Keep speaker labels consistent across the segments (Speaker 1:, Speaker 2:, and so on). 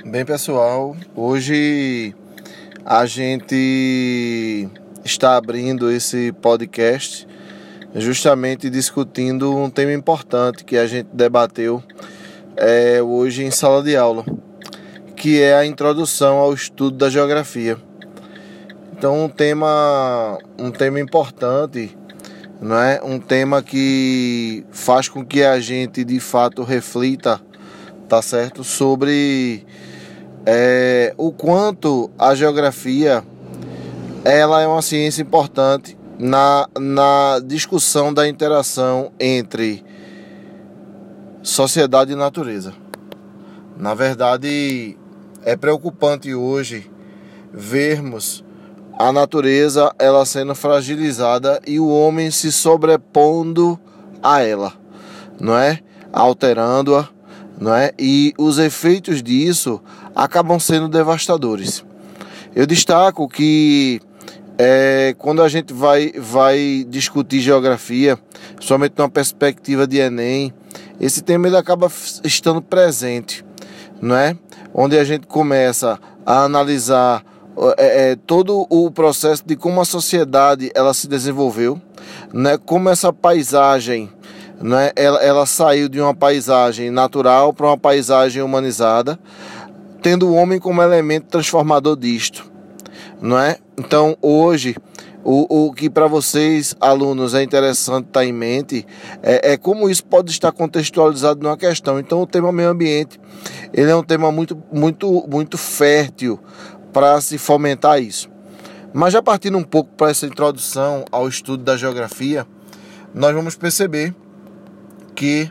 Speaker 1: Bem, pessoal, hoje a gente está abrindo esse podcast justamente discutindo um tema importante que a gente debateu hoje em sala de aula, que é a introdução ao estudo da geografia. Então, um tema importante, não é? Um tema que faz com que a gente de fato reflita, tá certo, sobre o quanto a geografia ela é uma ciência importante na discussão da interação entre sociedade e natureza. Na verdade, é preocupante hoje vermos a natureza ela sendo fragilizada e o homem se sobrepondo a ela, não é? Alterando-a, não é? E os efeitos disso acabam sendo devastadores. Eu destaco que quando a gente vai discutir geografia, somente numa perspectiva de Enem, esse tema ele acaba estando presente, não é? Onde a gente começa a analisar todo o processo de como a sociedade ela se desenvolveu, né? Como essa paisagem, né? Ela saiu de uma paisagem natural para uma paisagem humanizada, tendo o homem como elemento transformador disto, não é? Então, hoje, o que para vocês, alunos, é interessante estar em mente é como isso pode estar contextualizado numa questão. Então, o tema meio ambiente, ele é um tema muito fértil para se fomentar isso. Mas já partindo um pouco para essa introdução ao estudo da geografia, nós vamos perceber que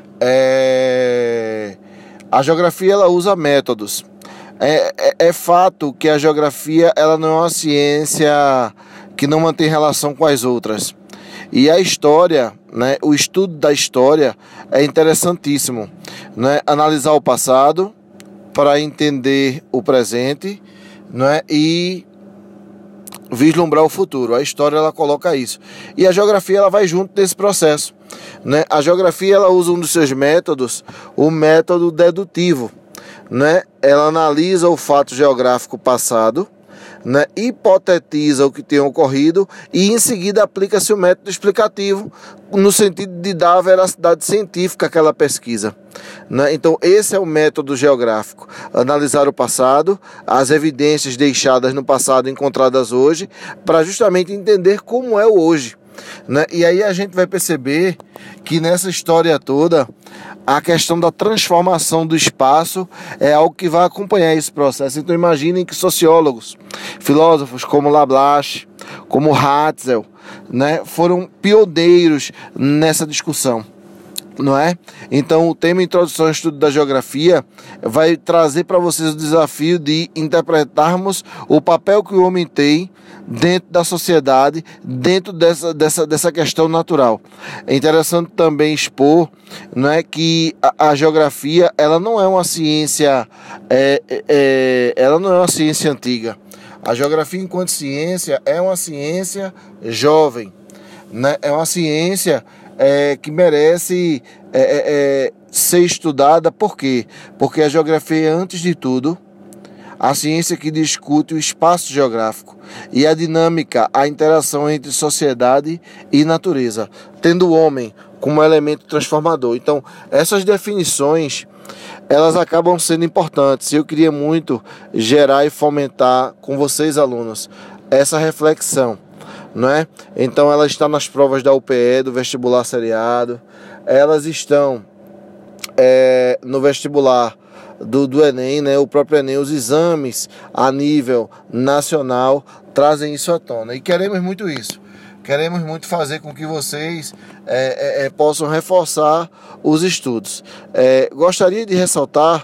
Speaker 1: a geografia ela usa métodos. É fato que a geografia ela não é uma ciência que não mantém relação com as outras. E a história, né, o estudo da história é interessantíssimo, né? Analisar o passado para entender o presente, né, e vislumbrar o futuro. A história ela coloca isso. E a geografia ela vai junto desse processo, né? A geografia ela usa um dos seus métodos, o método dedutivo, né? Ela analisa o fato geográfico passado, né? Hipotetiza o que tem ocorrido e em seguida aplica-se o método explicativo no sentido de dar a veracidade científica àquela pesquisa, né? Então esse é o método geográfico: analisar o passado, as evidências deixadas no passado encontradas hoje, para justamente entender como é o hoje, né? E aí a gente vai perceber que nessa história toda a questão da transformação do espaço é algo que vai acompanhar esse processo. Então imaginem que sociólogos, filósofos como Laplace, como Hatzel, né, foram pioneiros nessa discussão, não é? Então o tema Introdução ao Estudo da Geografia vai trazer para vocês o desafio de interpretarmos o papel que o homem tem dentro da sociedade, dentro dessa questão natural. É interessante também expor, não é, que a geografia ela não é uma ciência ela não é uma ciência antiga. A geografia enquanto ciência é uma ciência jovem, né? É uma ciência que merece ser estudada. Por quê? Porque a geografia é, antes de tudo, a ciência que discute o espaço geográfico e a dinâmica, a interação entre sociedade e natureza, tendo o homem como elemento transformador. Então, essas definições, elas acabam sendo importantes. Eu queria muito gerar e fomentar com vocês, alunos, essa reflexão, não é? Então, ela está nas provas da UPE, do vestibular seriado, elas estão no vestibular do Enem, né? O próprio Enem, os exames a nível nacional trazem isso à tona. E queremos muito isso. Queremos muito fazer com que vocês possam reforçar os estudos. Gostaria de ressaltar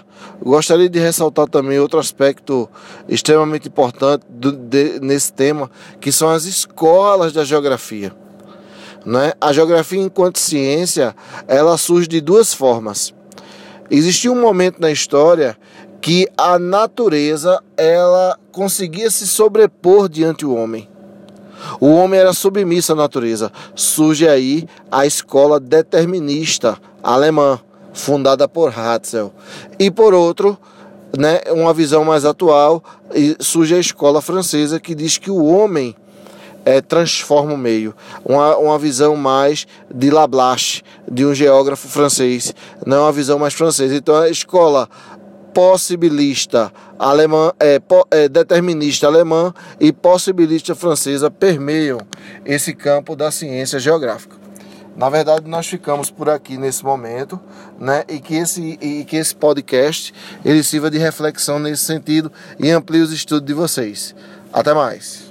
Speaker 1: também outro aspecto extremamente importante nesse tema, que são as escolas da geografia, né? A geografia enquanto ciência, ela surge de duas formas. Existiu um momento na história que a natureza ela conseguia se sobrepor diante do homem. O homem era submisso à natureza. Surge aí a escola determinista alemã, fundada por Hatzel. E por outro, né, uma visão mais atual, e surge a escola francesa que diz que o homem transforma o meio, uma visão mais de Laplace, de um geógrafo francês, não é uma visão mais francesa. Então a escola possibilista alemã, determinista alemã e possibilista francesa permeiam esse campo da ciência geográfica. Na verdade, nós ficamos por aqui nesse momento, né? E que esse podcast ele sirva de reflexão nesse sentido e amplie os estudos de vocês. Até mais.